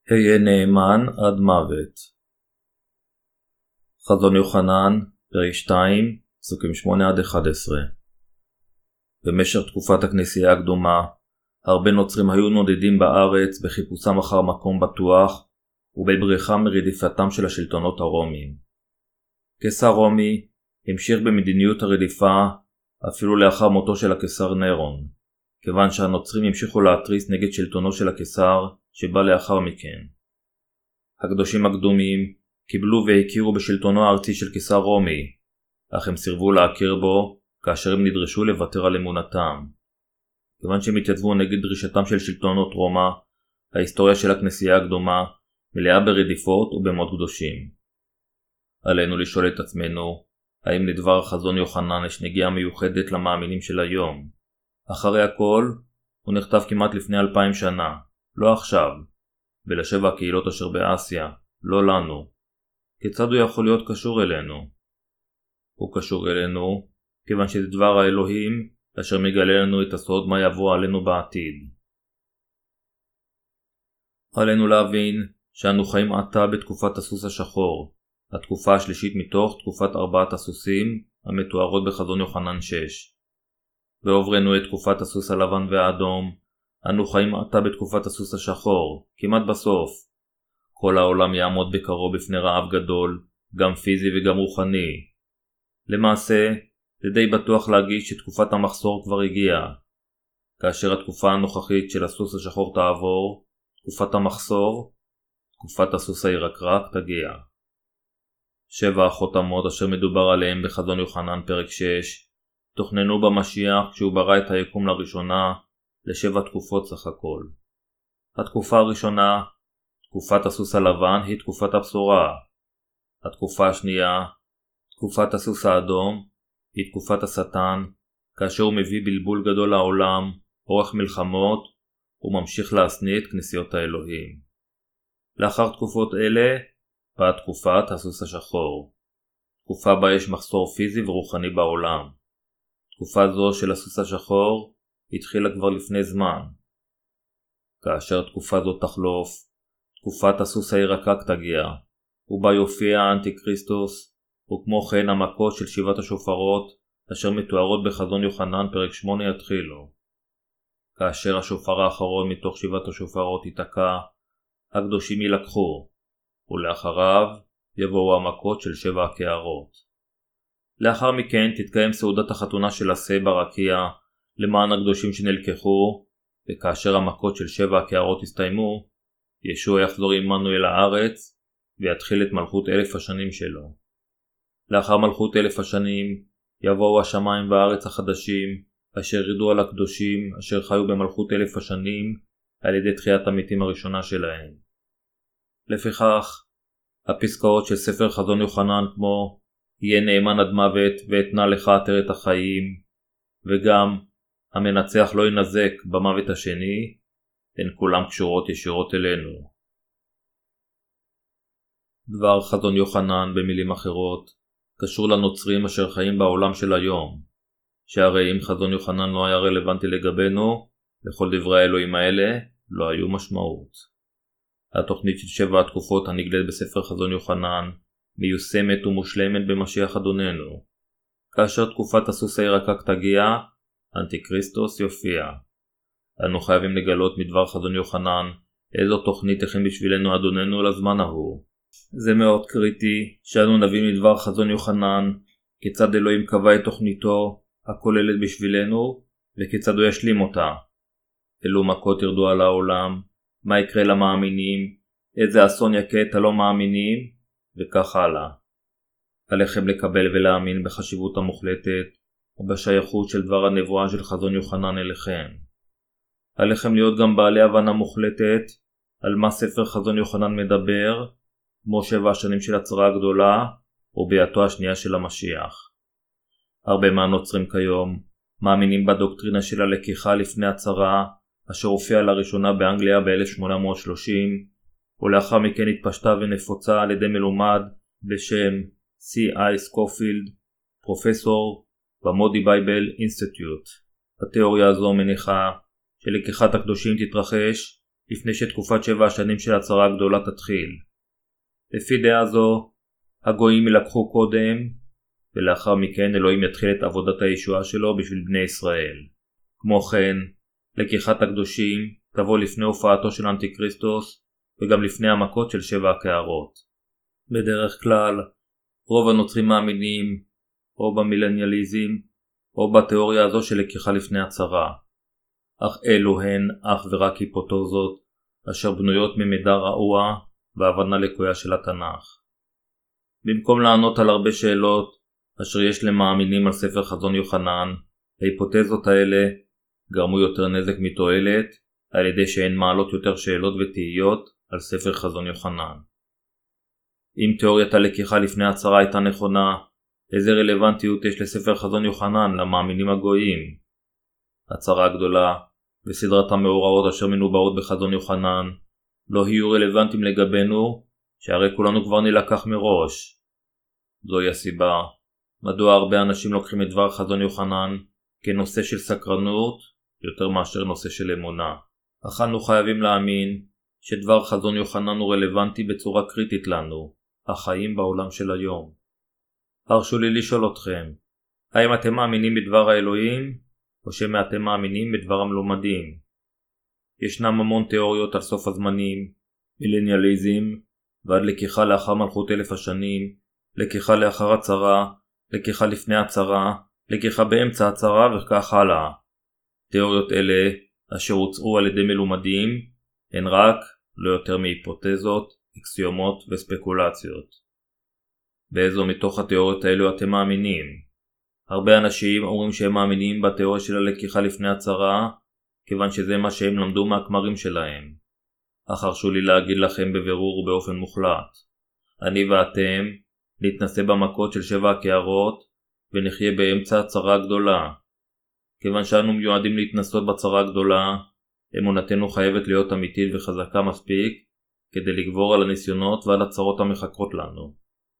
היה נאמן עד מוות. חזון יוחנן, פרק 2, פסוקים 8-11. במשך תקופת הכנסייה הקדומה, הרבה נוצרים היו נודדים בארץ בחיפושם אחר מקום בטוח ובבריחה מרדיפתם של השלטונות הרומיים. קיסר רומי המשיך במדיניות הרדיפה אפילו לאחר מותו של הקיסר נירון, כיוון שהנוצרים המשיכו להתריס נגד שלטונו של הקיסר שבא לאחר מכן. הקדושים הקדומים קיבלו והכירו בשלטונו הארצי של קיסר רומי, אך הם סירבו להכיר בו כאשר הם נדרשו לוותר על אמונתם. כיוון שהם התייצבו נגד דרישתם של שלטונות רומא, ההיסטוריה של הכנסייה הקדומה מלאה ברדיפות ובמות קדושים. עלינו לשאול את עצמנו, האם לדבר חזון יוחנן יש נגיעה מיוחדת למאמינים של היום? אחרי הכל, הוא נכתב כמעט לפני 2000 שנה, לא עכשיו, ולשבע הקהילות אשר באסיה, לא לנו. כיצד הוא יכול להיות קשור אלינו? הוא קשור אלינו, כיוון שזה דבר האלוהים, אשר מגלה לנו את הסוד מה יבוא עלינו בעתיד. עלינו להבין שאנו חיים עתה בתקופת הסוס השחור, התקופה השלישית מתוך תקופת 4 הסוסים המתוארות בחזון יוחנן 6. ועוברנו את תקופת הסוס הלבן והאדום, אנו חיים עתה בתקופת הסוס השחור, כמעט בסוף. כל העולם יעמוד בקרוב בפני רעב גדול, גם פיזי וגם רוחני. למעשה, זה די בטוח להגיד שתקופת המחסור כבר הגיעה. כאשר התקופה הנוכחית של הסוס השחור תעבור, תקופת המחסור, תקופת הסוס הירקרק תגיע. 7 החותמות אשר מדובר עליהם בחזון יוחנן פרק 6, תוכננו במשיח כשהוא ברא את היקום לראשונה ל7 תקופות סך הכל. התקופה הראשונה, תקופת הסוס הלבן, היא תקופת הבשורה. התקופה השנייה, תקופת הסוס האדום, היא תקופת השטן, כאשר הוא מביא בלבול גדול לעולם, אורך מלחמות, וממשיך להשניא את כנסיות האלוהים. לאחר תקופות אלה, באה תקופת הסוס השחור. תקופה בה יש מחסור פיזי ורוחני בעולם. תקופה זו של הסוס השחור התחילה כבר לפני זמן. כאשר תקופה זו תחלוף, תקופת הסוס הירקרק תגיע, ובה יופיע האנטיקריסטוס, וכמו כן המכות של 7 השופרות אשר מתוארות בחזון יוחנן פרק 8 יתחילו. כאשר השופר האחרון מתוך 7 השופרות ייתקע, הקדושים ילקחו, ולאחריו יבואו המכות של 7 הקערות. לאחר מכן תתקיים סעודת החתונה של עשה ברקיע למען הקדושים שנלקחו, וכאשר המכות של 7 הקערות יסתיימו, ישוע יחזור עמנו אל הארץ ויתחיל את מלכות 1000 השנים שלו. לאחר מלכות 1000 השנים יבואו השמיים והארץ החדשים אשר ירדו על הקדושים אשר חיו במלכות 1000 השנים על ידי תחיית המתים הראשונה שלהם. לפיכך, הפסקאות של ספר חזון יוחנן כמו יהיה נאמן עד מוות ואתנה לך עטרת החיים, וגם המנצח לא ינזק במוות השני, הן כולם קשורות ישירות אלינו. דבר חזון יוחנן במילים אחרות קשור לנוצרים אשר חיים בעולם של היום, שהרי אם חזון יוחנן לא היה רלוונטי לגבינו, לכל דברי האלוהים האלה לא היו משמעות. התוכנית של 7 התקופות הנגלית בספר חזון יוחנן מיושמת ומושלמת במשיח אדוננו. כאשר תקופת הסוס הירקרק תגיע, אנטיקריסטוס יופיע. אנו חייבים לגלות מדבר חזון יוחנן איזו תוכנית הכין בשבילנו אדוננו לזמן ההוא. זה מאוד קריטי שאנו נבין מדבר חזון יוחנן כיצד אלוהים קבע את תוכניתו הכוללת בשבילנו וכיצד הוא ישלים אותה. אילו מכות ירדו על העולם, מה יקרה למאמינים, איזה אסון יכה את הלא מאמינים, וכך הלאה. עליכם לקבל ולהאמין בחשיבות המוחלטת ובשייכות של דבר הנבואה של חזון יוחנן אליכם. עליכם להיות גם בעלי הבנה מוחלטת על מה ספר חזון יוחנן מדבר, כמו 7 השנים של הצרה הגדולה וביאתו השנייה של המשיח. הרבה מהנוצרים כיום מאמינים בדוקטרינה של הלקיחה לפני הצרה, אשר הופיעה לראשונה באנגליה ב-1830, ולאחר מכן התפשטה ונפוצה על ידי מלומד בשם C.I. סקופילד, פרופסור במודי בייבל אינסטיטוט. התיאוריה הזו מניחה שלקיחת הקדושים תתרחש לפני שתקופת 7 השנים של הצרה הגדולה תתחיל. לפי דעה זו, הגויים ילקחו קודם, ולאחר מכן אלוהים יתחיל את עבודת הישועה שלו בשביל בני ישראל. כמו כן, לקיחת הקדושים תבוא לפני הופעתו של אנטיקריסטוס, וגם לפני המכות של 7 הקערות. בדרך כלל, רוב הנוצרים מאמינים או במילניאליזם או בתיאוריה הזו של לקיחה לפני הצרה. אך אלו הן אך ורק היפותזות אשר בנויות ממידע רעוע והבנה לקויה של התנ"ך. במקום לענות על הרבה שאלות אשר יש למאמינים על ספר חזון יוחנן, ההיפותזות האלה גרמו יותר נזק מתועלת על ידי שהן מעלות יותר שאלות ותהיות על ספר חזון יוחנן. אם תיאוריית הלקיחה לפני הצרה הייתה נכונה, איזה רלוונטיות יש לספר חזון יוחנן למאמינים הגויים? הצרה הגדולה וסדרת המאורעות אשר מנובעות בחזון יוחנן לא יהיו רלוונטיים לגבינו, שהרי כולנו כבר נלקח מראש. זוהי הסיבה מדוע הרבה אנשים לוקחים את דבר חזון יוחנן כנושא של סקרנות יותר מאשר נושא של אמונה. אך אנו חייבים להאמין שדבר חזון יוחנן הוא רלוונטי בצורה קריטית לנו, החיים בעולם של היום. הרשו לי לשאול אתכם, האם אתם מאמינים בדבר האלוהים, או שמא אתם מאמינים בדבר המלומדים? ישנם המון תיאוריות על סוף הזמנים, מילניאליזם, ועד לקיחה לאחר מלכות 1000 השנים, לקיחה לאחר הצרה, לקיחה לפני הצרה, לקיחה באמצע הצרה וכך הלאה. תיאוריות אלה, אשר הוצאו על ידי מלומדים, הן רק לא יותר מהיפותזות, אקסיומות וספקולציות. באיזו מתוך התיאוריות האלו אתם מאמינים? הרבה אנשים אומרים שהם מאמינים בתיאוריה של הלקיחה לפני הצרה, כיוון שזה מה שהם למדו מהכמרים שלהם. אך הרשו לי להגיד לכם בבירור ובאופן מוחלט. אני ואתם נתנסה במכות של 7 הקערות, ונחיה באמצע הצרה הגדולה. כיוון שאנו מיועדים להתנסות בצרה הגדולה, אמונתנו חייבת להיות אמיתית וחזקה מספיק, כדי לגבור על הניסיונות ועל הצרות המחכות לנו.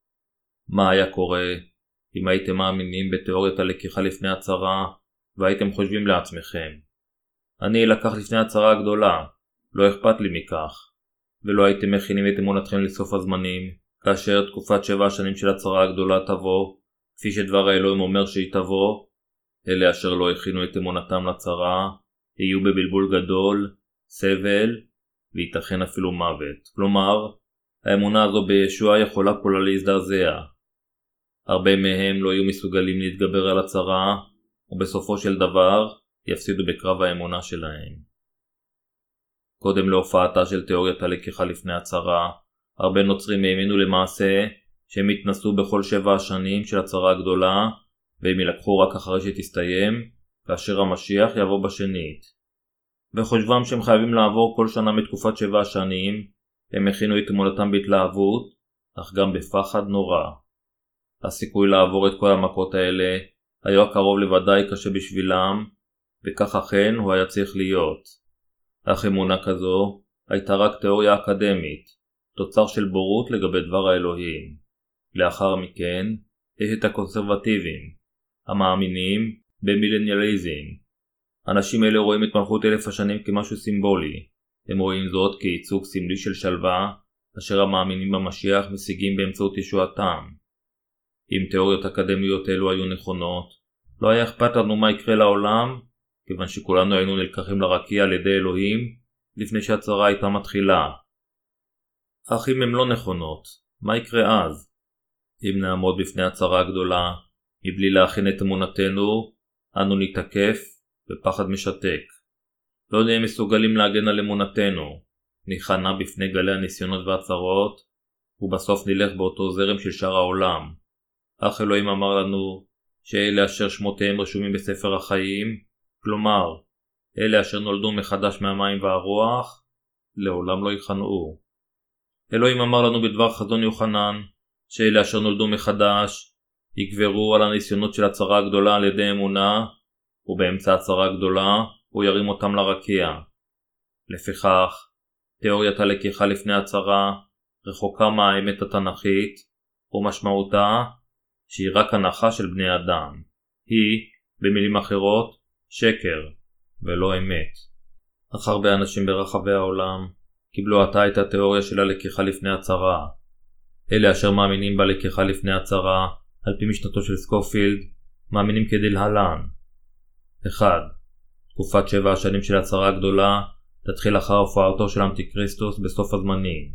מה היה קורה אם הייתם מאמינים בתיאוריית הלקיחה לפני הצרה, והייתם חושבים לעצמכם, אני אלקח לפני הצרה הגדולה, לא אכפת לי מכך, ולא הייתם מכינים את אמונתכם לסוף הזמנים, כאשר תקופת 7 השנים של הצרה הגדולה תבוא, כפי שדבר האלוהים אומר שהיא תבוא, אלה אשר לא הכינו את אמונתם לצרה, יהיו בבלבול גדול, סבל, וייתכן אפילו מוות. כלומר, האמונה הזו בישוע יכולה כולה להזדעזע. הרבה מהם לא יהיו מסוגלים להתגבר על הצרה, ובסופו של דבר יפסידו בקרב האמונה שלהם. קודם להופעתה של תיאוריית הלקיחה לפני הצרה, הרבה נוצרים האמינו למעשה שהם יתנסו בכל 7 השנים של הצרה הגדולה, והם ילקחו רק אחרי שתסתיים, כאשר המשיח יבוא בשנית. בחושבם שהם חייבים לעבור כל שנה מתקופת 7 השנים, הם הכינו את אמונתם בהתלהבות, אך גם בפחד נורא. הסיכוי לעבור את כל המכות האלה היה קרוב לוודאי קשה בשבילם, וכך אכן הוא היה צריך להיות. אך אמונה כזו הייתה רק תיאוריה אקדמית, תוצר של בורות לגבי דבר האלוהים. לאחר מכן יש את הקונסרבטיבים, המאמינים במילניאליזם. אנשים אלה רואים את מלכות 1000 השנים כמשהו סימבולי. הם רואים זאת כייצוג סמלי של שלווה, אשר המאמינים במשיח משיגים באמצעות ישועתם. אם תיאוריות אקדמיות אלו היו נכונות, לא היה אכפת לנו מה יקרה לעולם, כיוון שכולנו היינו נלקחים לרקיע על ידי אלוהים, לפני שהצרה הייתה מתחילה. אך אם הן לא נכונות, מה יקרה אז? אם נעמוד בפני הצרה הגדולה, מבלי להכין את אמונתנו, אנו נתקף בפחד משתק. לא נהיה מסוגלים להגן על אמונתנו, ניכנע בפני גלי הניסיונות והצרות, ובסוף נלך באותו זרם של שאר העולם. אך אלוהים אמר לנו שאלה אשר שמותיהם רשומים בספר החיים, כלומר, אלה אשר נולדו מחדש מהמים והרוח, לעולם לא ייכנעו. אלוהים אמר לנו בדבר חזון יוחנן, שאלה אשר נולדו מחדש, יגברו על הניסיונות של הצרה הגדולה על ידי אמונה, ובאמצע הצרה הגדולה הוא ירים אותם לרקיע. לפיכך, תיאוריית הלקיחה לפני הצרה רחוקה מהאמת התנ"כית, ומשמעותה שהיא רק הנחה של בני אדם. היא, במילים אחרות, שקר ולא אמת. אך הרבה אנשים ברחבי העולם קיבלו עתה את התיאוריה של הלקיחה לפני הצרה. אלה אשר מאמינים בלקיחה לפני הצרה, על פי משנתו של סקופילד, מאמינים כדלהלן. 1. תקופת 7 השנים של הצרה הגדולה תתחיל אחר הופעתו של אנטיקריסטוס בסוף הזמנים.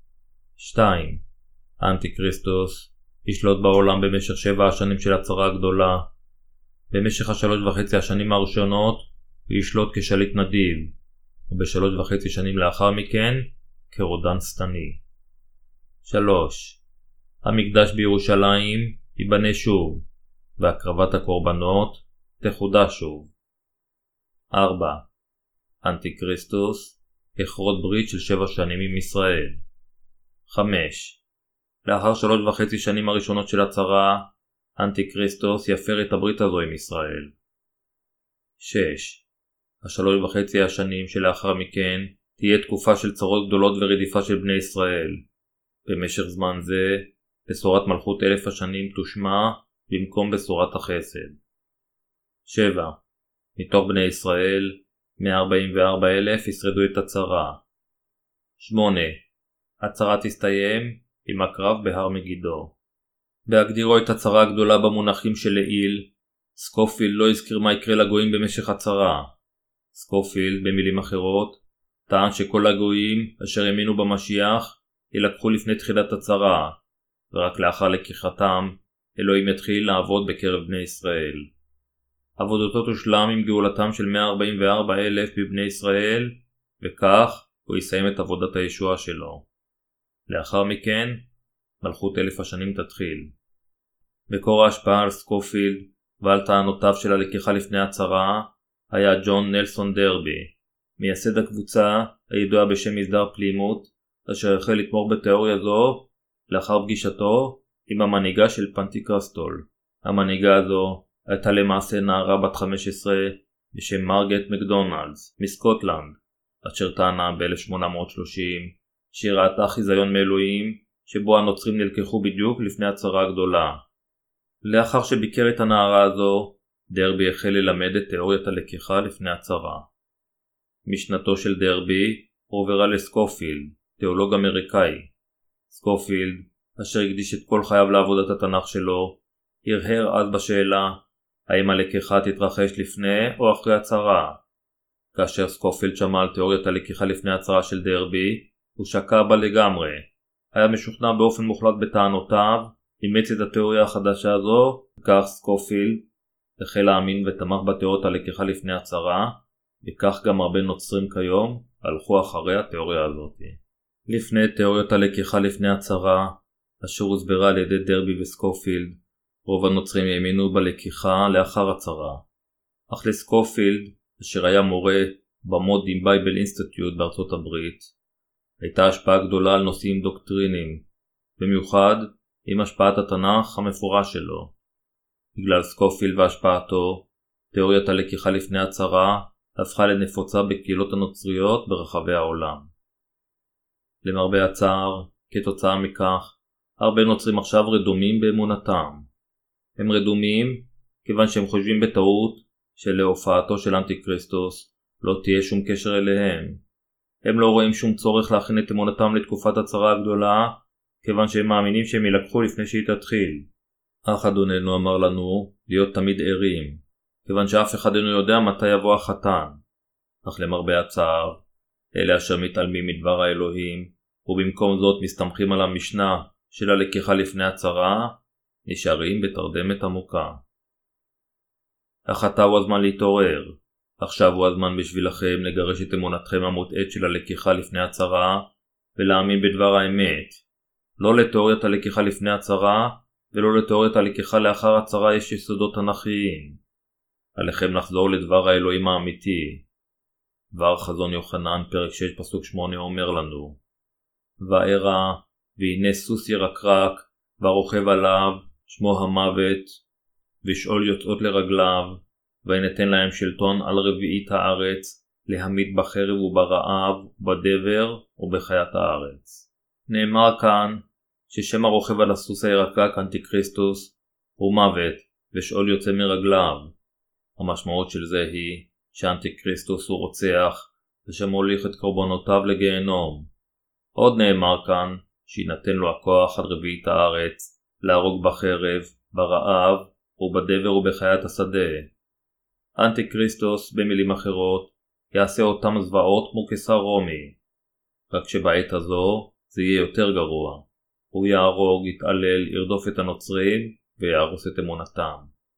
2. האנטיקריסטוס ישלוט בעולם במשך 7 השנים של הצרה הגדולה. במשך 3.5 השנים הראשונות הוא ישלוט כשליט נדיב, וב3.5 שנים לאחר מכן כרודן שטני. 3. המקדש בירושלים ייבנה שוב, והקרבת הקורבנות תחודש שוב. 4. אנטיקריסטוס יכרות ברית של 7 שנים עם ישראל. 5. לאחר 3.5 שנים הראשונות של הצרה, אנטיקריסטוס יפר את הברית הזו עם ישראל. 6. 3.5 השנים שלאחר מכן תהיה תקופה של צרות גדולות ורדיפה של בני ישראל. במשך זמן זה, בשורת מלכות 1000 השנים תושמע במקום בשורת החסד. 7. מתוך בני ישראל, 144,000 ישרדו את הצרה. 8. הצרה תסתיים עם הקרב בהר מגידו. בהגדירו את הצרה הגדולה במונחים של לעיל, סקופילד לא הזכיר מה יקרה לגויים במשך הצרה. סקופילד, במילים אחרות, טען שכל הגויים אשר האמינו במשיח ילקחו לפני תחילת הצרה, ורק לאחר לקיחתם אלוהים יתחיל לעבוד בקרב בני ישראל. עבודתו תושלם עם גאולתם של 144,000 בבני ישראל, וכך הוא יסיים את עבודת הישועה שלו. לאחר מכן, מלכות 1000 השנים תתחיל. מקור ההשפעה על סקופילד ועל טענותיו של הלקיחה לפני הצרה היה ג'ון נלסון דרבי, מייסד הקבוצה הידועה בשם מסדר פלימות, אשר החל לתמוך בתיאוריה זו לאחר פגישתו עם המנהיגה של פנטיקוסטל. המנהיגה הזו הייתה למעשה נערה בת 15 בשם מרגט מקדונלדס מסקוטלנד, אשר טענה ב-1830 שהיא ראתה חיזיון מאלוהים שבו הנוצרים נלקחו בדיוק לפני הצרה הגדולה. לאחר שביקר את הנערה הזו, דרבי החל ללמד את תיאוריית הלקיחה לפני הצרה. משנתו של דרבי הועברה לסקופילד, תיאולוג אמריקאי. סקופילד, אשר הקדיש את כל חייו לעבודת התנ"ך שלו, הרהר אז בשאלה האם הלקיחה תתרחש לפני או אחרי הצרה. כאשר סקופילד שמע על תיאוריית הלקיחה לפני הצרה של דרבי, הוא שקע בה לגמרי. היה משוכנע באופן מוחלט בטענותיו, אימץ את התיאוריה החדשה הזו, וכך סקופילד החל להאמין ותמך בתיאוריות הלקיחה לפני הצרה, וכך גם הרבה נוצרים כיום הלכו אחרי התיאוריה הזאת. לפני תיאוריות הלקיחה לפני הצרה, אשר הוסברה על ידי דרבי וסקופילד, רוב הנוצרים האמינו בלקיחה לאחר הצרה. אך לסקופילד, אשר היה מורה במודים בייבל אינסטיטוט בארצות הברית, הייתה השפעה גדולה על נושאים דוקטריניים, במיוחד עם השפעת התנ"ך המפורש שלו. בגלל סקופילד והשפעתו, תיאוריית הלקיחה לפני הצרה הפכה לנפוצה בקהילות הנוצריות ברחבי העולם. למרבה הצער, כתוצאה מכך, הרבה נוצרים עכשיו רדומים באמונתם. הם רדומים כיוון שהם חושבים בטעות שלהופעתו של אנטיקריסטוס לא תהיה שום קשר אליהם. הם לא רואים שום צורך להכין את אמונתם לתקופת הצרה הגדולה, כיוון שהם מאמינים שהם ילקחו לפני שהיא תתחיל. אך אדוננו אמר לנו להיות תמיד ערים, כיוון שאף אחד אינו יודע מתי יבוא החתן. אך למרבה הצער, אלה אשר מתעלמים מדבר האלוהים, ובמקום זאת מסתמכים על המשנה של הלקיחה לפני הצרה, נשארים בתרדמת עמוקה. החטא הוא הזמן להתעורר. עכשיו הוא הזמן בשבילכם לגרש את אמונתכם המוטעית של הלקיחה לפני הצרה, ולהאמין בדבר האמת. לא לתיאוריית הלקיחה לפני הצרה, ולא לתיאוריית הלקיחה לאחר הצרה יש יסודות תנ"כיים. עליכם לחזור לדבר האלוהים האמיתי. דבר חזון יוחנן פרק 6 פסוק 8 אומר לנו, וארא והנה סוס ירקרק והרוכב עליו שמו המוות, ושאול יוצאות לרגליו, וינתן להם שלטון על רביעית הארץ, להמית בחרב וברעב, בדבר ובחיית הארץ. נאמר כאן ששם הרוכב על הסוס הירקרק אנטיקריסטוס הוא מוות, ושאול יוצא מרגליו. המשמעות של זה היא שאנטיקריסטוס הוא רוצח, ושמוליך את קורבנותיו לגיהנום. עוד נאמר כאן שינתן לו הכוח עד רביעית הארץ, להרוג בחרב, ברעב, ובדבר ובחיית השדה. אנטיקריסטוס, במילים אחרות, יעשה אותם זוועות כמו קיסר רומי. רק שבעת הזו זה יהיה יותר גרוע. הוא יהרוג, יתעלל, ירדוף את הנוצרים ויהרוס את אמונתם.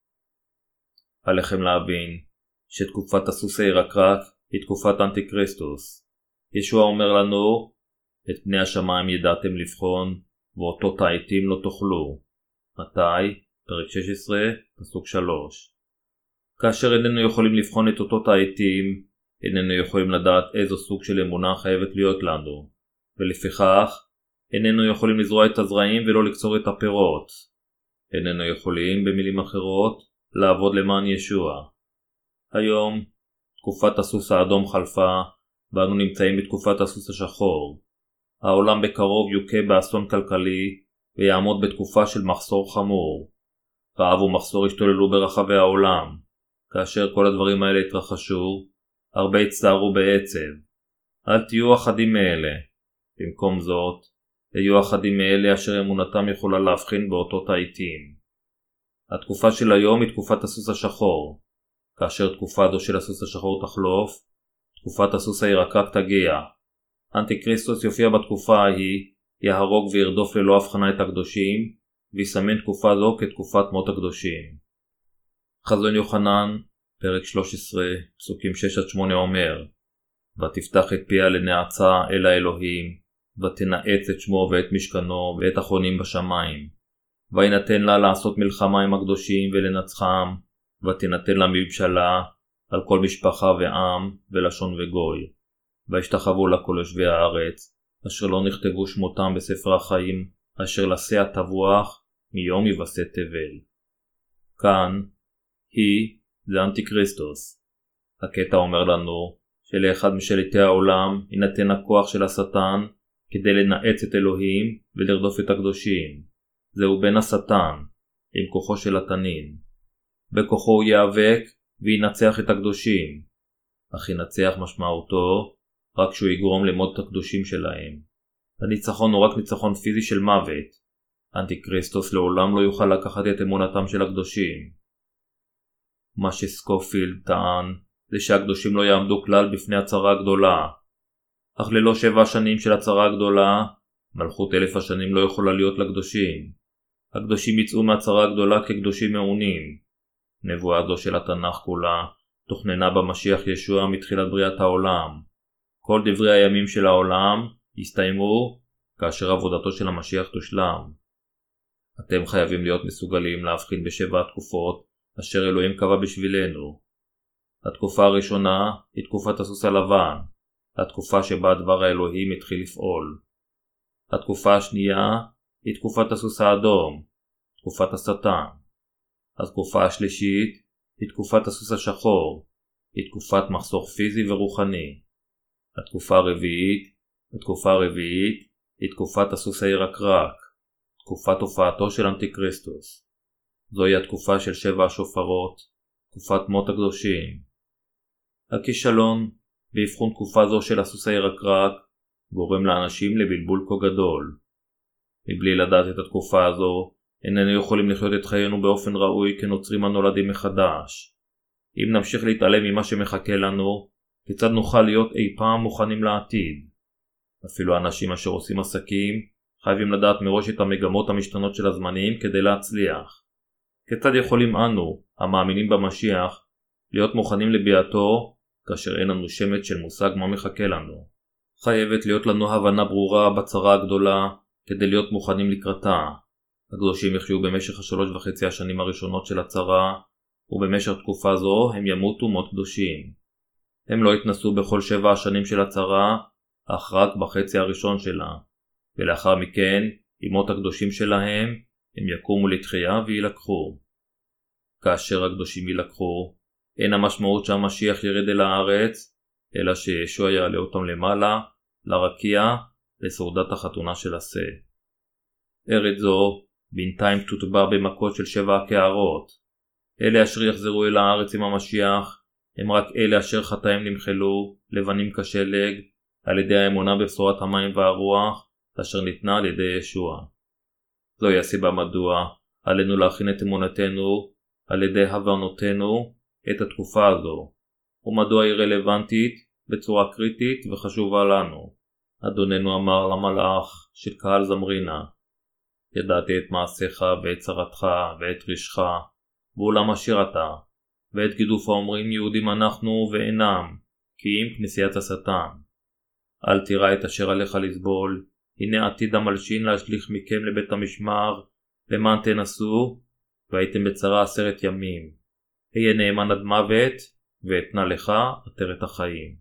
עליכם להבין שתקופת הסוס הירקרק היא תקופת אנטיקריסטוס. ישוע אומר לנו, את פני השמיים ידעתם לבחון, ואותו טעיתם לא תאכלו. מתי? פרק 16, פסוק 3. כאשר איננו יכולים לבחון את אותו טעיתם, איננו יכולים לדעת איזו סוג של אמונה חייבת להיות לנו, ולפיכך איננו יכולים לזרוע את הזרעים ולא לקצור את הפירות. איננו יכולים, במילים אחרות, לעבוד למען ישוע. היום, תקופת הסוס האדום חלפה, ואנו נמצאים בתקופת הסוס השחור. העולם בקרוב יוכה באסון כלכלי, ויעמוד בתקופה של מחסור חמור. רעב ומחסור השתוללו ברחבי העולם. כאשר כל הדברים האלה התרחשו, הרבה הצטערו בעצב. אל תהיו אחדים מאלה. במקום זאת, היו אחדים מאלה אשר אמונתם יכולה להבחין באותו טעיתים. התקופה של היום היא תקופת הסוס השחור. כאשר תקופה זו של הסוס השחור תחלוף, תקופת הסוס הירקרק תגיע. אנטיקריסטוס יופיע בתקופה ההיא, יהרוג וירדוף ללא הבחנה את הקדושים, ויסמן תקופה זו כתקופת מות הקדושים. חזון יוחנן, פרק 13, פסוקים 6-8 אומר, ותפתח את פיה לנאצה אל האלוהים, ותנאץ את שמו ואת משכנו ואת אחרונים בשמיים. וינתן לה לעשות מלחמה עם הקדושים ולנצחם, ותנתן לה מבשלה על כל משפחה ועם ולשון וגוי. וישתחוו לה כל יושבי הארץ, אשר לא נכתבו שמותם בספר החיים, אשר לשא תבוח מיום יבשא תבל. כאן, היא זה אנטיקריסטוס. הקטע אומר לנו שלאחד משליטי העולם יינתן הכוח של השטן כדי לנאץ את אלוהים ולרדוף את הקדושים. זהו בן השטן, עם כוחו של התנין. בכוחו הוא ייאבק וינצח את הקדושים. אך ינצח משמעותו רק שהוא יגרום למות הקדושים שלהם. הניצחון הוא רק ניצחון פיזי של מוות. אנטיקריסטוס לעולם לא יוכל לקחת את אמונתם של הקדושים. מה שסקופילד טען זה שהקדושים לא יעמדו כלל בפני הצרה הגדולה. אך ללא 7 שנים של הצרה הגדולה, מלכות 1000 השנים לא יכולה להיות לקדושים. הקדושים יצאו מהצרה הגדולה כקדושים מעונים. נבואה זו של התנ"ך כולה תוכננה במשיח ישוע מתחילת בריאת העולם. כל דברי הימים של העולם יסתיימו כאשר עבודתו של המשיח תושלם. אתם חייבים להיות מסוגלים להבחין ב7 התקופות אשר אלוהים קבע בשבילנו. התקופה הראשונה היא תקופת הסוס הלבן, התקופה שבה דבר האלוהים התחיל לפעול. התקופה השנייה היא תקופת הסוס האדום, תקופת השטן. התקופה השלישית היא תקופת הסוס השחור, היא תקופת מחסור פיזי ורוחני. התקופה הרביעית היא תקופת הסוס הירקרק, תקופת הופעתו של אנטיקריסטוס. זוהי התקופה של 7 השופרות, תקופת מות הקדושים. הכישלון באבחון תקופה זו של הסוס הירקרק גורם לאנשים לבלבול כה גדול. מבלי לדעת את התקופה הזו, איננו יכולים לחיות את חיינו באופן ראוי כנוצרים הנולדים מחדש. אם נמשיך להתעלם ממה שמחכה לנו, כיצד נוכל להיות אי פעם מוכנים לעתיד? אפילו האנשים אשר עושים עסקים חייבים לדעת מראש את המגמות המשתנות של הזמנים כדי להצליח. כיצד יכולים אנו, המאמינים במשיח, להיות מוכנים לביאתו כאשר אין לנו שמץ של מושג מה מחכה לנו? חייבת להיות לנו הבנה ברורה בצרה הגדולה כדי להיות מוכנים לקראתה. הקדושים יחיו במשך 3.5 השנים הראשונות של הצרה, ובמשך תקופה זו הם ימותו מות קדושים. הם לא התנסו בכל 7 השנים של הצרה, אך רק בחצי הראשון שלה, ולאחר מכן, עם מות הקדושים שלהם, הם יקומו לתחייה וילקחו. כאשר הקדושים ילקחו, אין המשמעות שהמשיח ירד אל הארץ, אלא שישוע יעלה אותם למעלה, לרקיע, לסעודת החתונה של השה. ארץ זו בינתיים תוטבע במכות של 7 הקערות. אלה אשר יחזרו אל הארץ עם המשיח, הם רק אלה אשר חטאים נמחלו, לבנים כשלג, על ידי האמונה בבשורת המים והרוח, אשר ניתנה על ידי ישוע. זוהי הסיבה מדוע עלינו להכין את אמונתנו על ידי הבנותינו את התקופה הזו, ומדוע היא רלוונטית בצורה קריטית וחשובה לנו. אדוננו אמר למלאך של קהל זמרינה, ידעתי את מעשיך ואת צרתך ואת רשך, ואולם אשר אתה, ואת גידוף האומרים יהודים אנחנו ואינם, כי אם כנסיית השטן. אל תירא את אשר עליך לסבול, הנה עתיד המלשין להשליך מכם לבית המשמר, למען תנסו, והייתם בצרה 10 ימים. היה נאמן עד מוות, ואתנה לך עטרת החיים.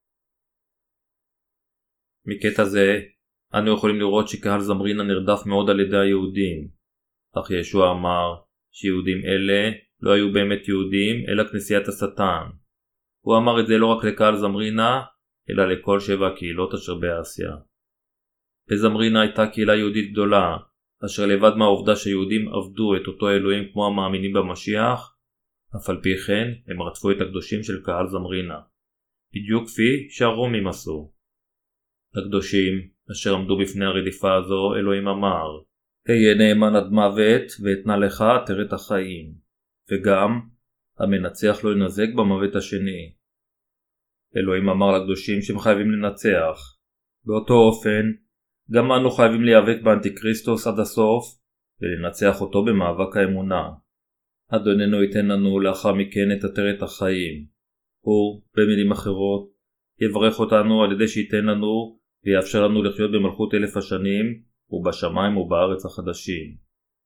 מקטע זה, אנו יכולים לראות שקהל זמרינה נרדף מאוד על ידי היהודים, אך ישוע אמר שיהודים אלה לא היו באמת יהודים, אלא כנסיית השטן. הוא אמר את זה לא רק לקהל זמרינה, אלא לכל 7 הקהילות אשר באסיה. בזמרינה הייתה קהילה יהודית גדולה, אשר לבד מהעובדה שיהודים עבדו את אותו אלוהים כמו המאמינים במשיח, אף על פי כן הם רדפו את הקדושים של קהל זמרינה, בדיוק כפי שהרומים עשו. הקדושים אשר עמדו בפני הרדיפה הזו, אלוהים אמר, היה נאמן עד מוות ואתנה לך עטרת החיים, וגם המנצח לא ינזק במוות השני. אלוהים אמר לקדושים שהם חייבים לנצח. באותו אופן, גם אנו חייבים להיאבק באנטיקריסטוס עד הסוף ולנצח אותו במאבק האמונה. אדוננו ייתן לנו לאחר מכן את עטרת החיים. הוא, במילים אחרות, יברך אותנו על ידי שייתן לנו ויאפשר לנו לחיות במלכות 1000 השנים ובשמיים ובארץ החדשים.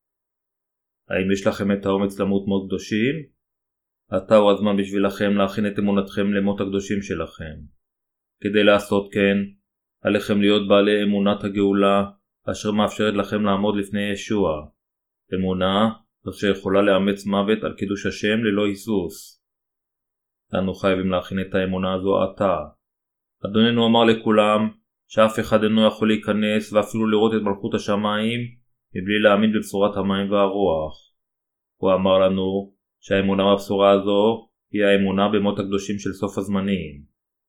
האם יש לכם את האומץ למות מות קדושים? עתה הוא הזמן בשבילכם להכין את אמונתכם למות הקדושים שלכם. כדי לעשות כן, עליכם להיות בעלי אמונת הגאולה אשר מאפשרת לכם לעמוד לפני ישוע. אמונה אשר יכולה לאמץ מוות על קידוש השם ללא היסוס. אנו חייבים להכין את האמונה הזו עתה. אדוננו אמר לכולם שאף אחד אינו יכול להיכנס ואפילו לראות את מלכות השמיים מבלי להאמין בבשורת המים והרוח. הוא אמר לנו שהאמונה בבשורה הזו היא האמונה במות הקדושים של סוף הזמנים.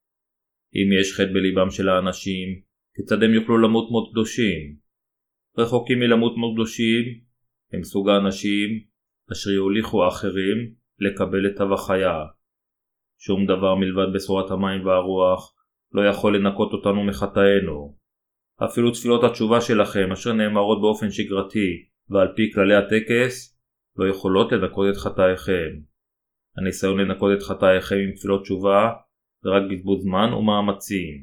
אם יש חטא בליבם של האנשים, כיצד הם יוכלו למות מות קדושים? רחוקים מלמות מות קדושים הם סוג האנשים אשר יוליכו האחרים לקבל את החיה. שום דבר מלבד בשורת המים והרוח לא יכול לנקות אותנו מחטאינו. אפילו תפילות התשובה שלכם אשר נאמרות באופן שגרתי ועל פי כללי הטקס לא יכולות לנקות את חטאיכם. הניסיון לנקות את חטאיכם עם תפילות תשובה זה רק בזבוז זמן ומאמצים.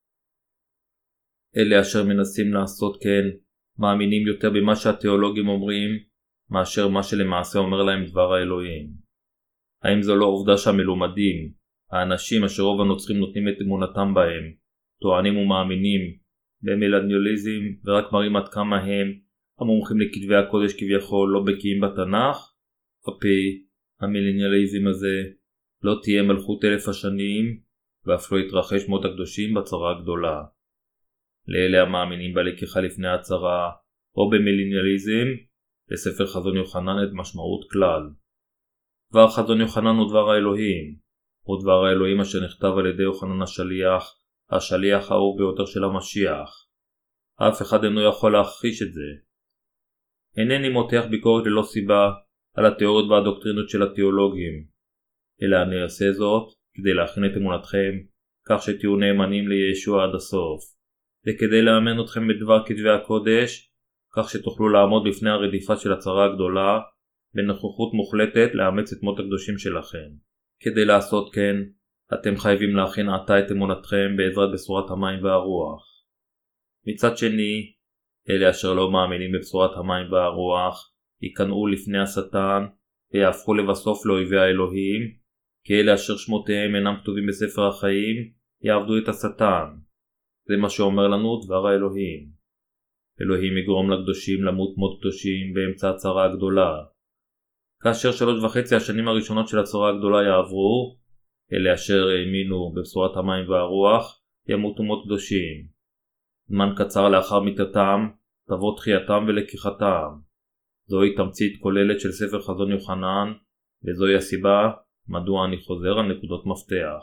אלה אשר מנסים לעשות כן מאמינים יותר במה שהתיאולוגים אומרים מאשר מה שלמעשה אומר להם דבר האלוהים. האם זו לא עובדה שהמלומדים, האנשים אשר רוב הנוצרים נותנים את אמונתם בהם, טוענים ומאמינים במילניאליזם ורק מראים עד כמה הם המומחים לכתבי הקודש כביכול לא בקיאים בתנ"ך? הפי המילניאליזם הזה לא תהיה מלכות 1000 השנים ואף לא יתרחש מות הקדושים בצרה הגדולה. לאלה המאמינים בלקיחה לפני הצרה או במילניאליזם, לספר חזון יוחנן את משמעות כלל. דבר חזון יוחנן הוא דבר האלוהים, הוא דבר האלוהים אשר נכתב על ידי יוחנן השליח האהוב ביותר של המשיח. אף אחד אינו יכול להכחיש את זה. אינני מותח ביקורת ללא סיבה על התיאוריות והדוקטרינות של התיאולוגים, אלא אני אעשה זאת כדי להכין את אמונתכם כך שתהיו נאמנים לישוע עד הסוף, וכדי לאמן אתכם בדבר כתבי הקודש כך שתוכלו לעמוד בפני הרדיפה של הצרה הגדולה בנוכחות מוחלטת לאמץ את מות הקדושים שלכם. כדי לעשות כן, אתם חייבים להכין עתה את אמונתכם בעזרת בשורת המים והרוח. מצד שני, אלה אשר לא מאמינים בבשורת המים והרוח ייכנעו לפני השטן ויהפכו לבסוף לאויבי האלוהים, כי אלה אשר שמותיהם אינם כתובים בספר החיים יעבדו את השטן. זה מה שאומר לנו דבר האלוהים. אלוהים יגרום לקדושים למות מות קדושים באמצע הצרה הגדולה. כאשר 3.5 השנים הראשונות של הצרה הגדולה יעברו, אלה אשר האמינו בבשורת המים והרוח ימותו מות קדושים. זמן קצר לאחר מיתתם תבוא תחייתם ולקיחתם. זוהי תמצית כוללת של ספר חזון יוחנן, וזוהי הסיבה מדוע אני חוזר על נקודות מפתח.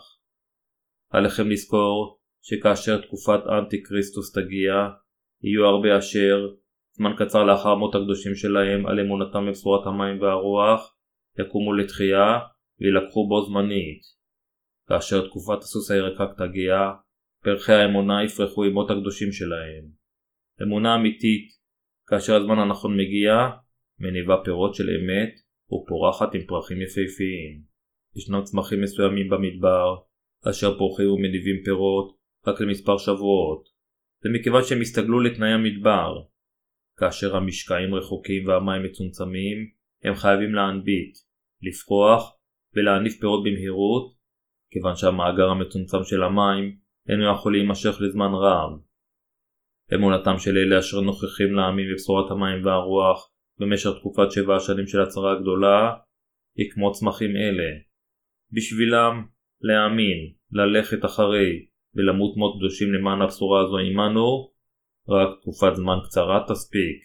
עליכם לזכור שכאשר תקופת אנטי קריסטוס תגיע, יהיו הרבה אשר, זמן קצר לאחר מות הקדושים שלהם על אמונתם בבשורת המים והרוח, יקומו לתחייה וילקחו בו זמנית. כאשר תקופת הסוס הירקק תגיע, פרחי האמונה יפרחו עם מות הקדושים שלהם. אמונה אמיתית, כאשר הזמן הנכון מגיע, מניבה פירות של אמת ופורחת עם פרחים יפהפיים. ישנם צמחים מסוימים במדבר, אשר פורחים ומניבים פירות רק למספר שבועות. זה מכיוון שהם הסתגלו לתנאי המדבר. כאשר המשקעים רחוקים והמים מצומצמים, הם חייבים להנביט, לפרוח ולהניף פירות במהירות, כיוון שהמאגר המצומצם של המים אינו יכול להימשך לזמן רב. אמונתם של אלה אשר נוכחים להאמין בבשורת המים והרוח במשך תקופת 7 השנים של הצרה הגדולה, היא כמו צמחים אלה. בשבילם להאמין, ללכת אחרי ולמות מות קדושים למען הבשורה הזו עמנו, רק תקופת זמן קצרה תספיק.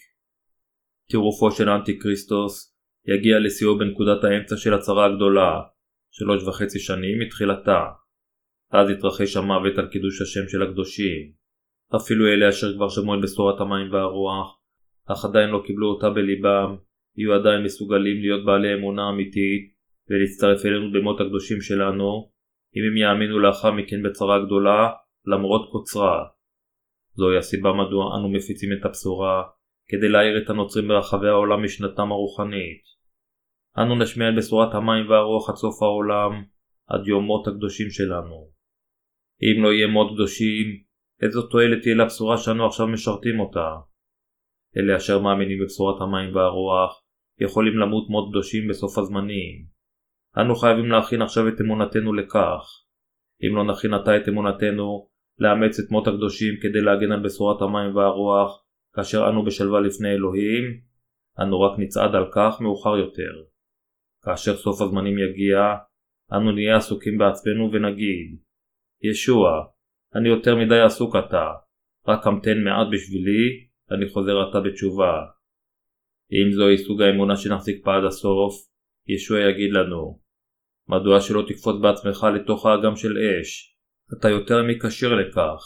טירופו של אנטי קריסטוס יגיע לסיום בנקודת האמצע של הצרה הגדולה, 3.5 שנים מתחילתה. אז יתרחש המוות על קידוש השם של הקדושים. אפילו אלה אשר כבר שמעו את בשורת המים והרוח, אך עדיין לא קיבלו אותה בליבם, יהיו עדיין מסוגלים להיות בעלי אמונה אמיתית ולהצטרף אלינו במות הקדושים שלנו, אם הם יאמינו לאחר מכן בצרה גדולה, למרות קוצרה. זוהי הסיבה מדוע אנו מפיצים את הבשורה, כדי להעיר את הנוצרים ברחבי העולם משנתם הרוחנית. אנו נשמיע את בשורת המים והרוח עד סוף העולם, עד יום מות הקדושים שלנו. אם לא יהיה מות קדושים, איזו תועלת תהיה לבשורה שאנו עכשיו משרתים אותה? אלה אשר מאמינים בבשורת המים והרוח, יכולים למות מות קדושים בסוף הזמנים. אנו חייבים להכין עכשיו את אמונתנו לכך. אם לא נכין עתה את אמונתנו, לאמץ את מות הקדושים כדי להגן על בשורת המים והרוח, כאשר אנו בשלווה לפני אלוהים, אנו רק נצעד על כך מאוחר יותר. כאשר סוף הזמנים יגיע, אנו נהיה עסוקים בעצמנו ונגיד, ישוע, אני יותר מדי עסוק עתה, רק המתן מעט בשבילי, אני חוזר עתה בתשובה. אם זוהי סוג האמונה שנחזיק בה עד הסוף, ישוע יגיד לנו, מדוע שלא תקפוץ בעצמך לתוך האגם של אש? אתה יותר מקשר לכך.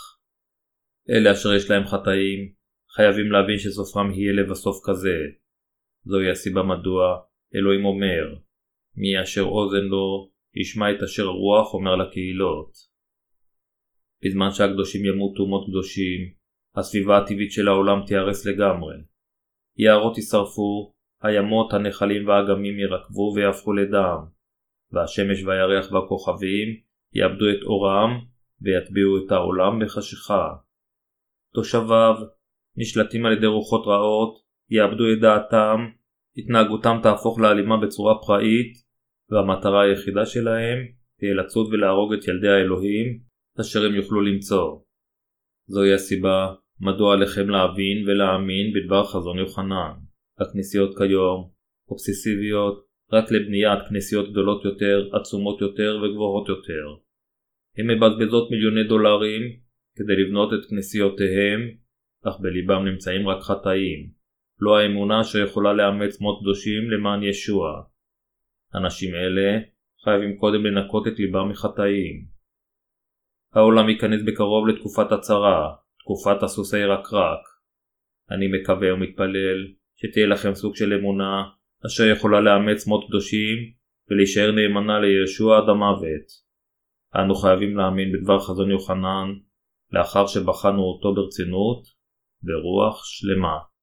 אלה אשר יש להם חטאים, חייבים להבין שסופם יהיה לבסוף כזה. זוהי הסיבה מדוע אלוהים אומר, מי אשר אוזן לו, ישמע את אשר הרוח אומר לקהילות. בזמן שהקדושים ימותו מות קדושים, הסביבה הטבעית של העולם תיהרס לגמרי. יערות יישרפו, הימות, הנחלים והאגמים ירקבו ויהפכו לדם, והשמש והירח והכוכבים יאבדו את אורם ויטביעו את העולם בחשיכה. תושביו, נשלטים על ידי רוחות רעות, יאבדו את דעתם, התנהגותם תהפוך לאלימה בצורה פראית, והמטרה היחידה שלהם תהיה לצוד ולהרוג את ילדי האלוהים אשר הם יוכלו למצוא. זוהי הסיבה מדוע עליכם להבין ולהאמין בדבר חזון יוחנן. הכנסיות כיום אובססיביות רק לבניית כנסיות גדולות יותר, עצומות יותר וגבוהות יותר. הן מבזבזות מיליוני דולרים כדי לבנות את כנסיותיהם, אך בליבם נמצאים רק חטאים, לא האמונה שיכולה לאמץ מות קדושים למען ישוע. אנשים אלה חייבים קודם לנקות את ליבם מחטאים. העולם ייכנס בקרוב לתקופת הצרה, תקופת הסוס הירקרק. אני מקווה ומתפלל שתהיה לכם סוג של אמונה אשר יכולה לאמץ מות קדושים ולהישאר נאמנה לישוע עד המוות. אנו חייבים להאמין בדבר חזון יוחנן לאחר שבחנו אותו ברצינות ברוח שלמה.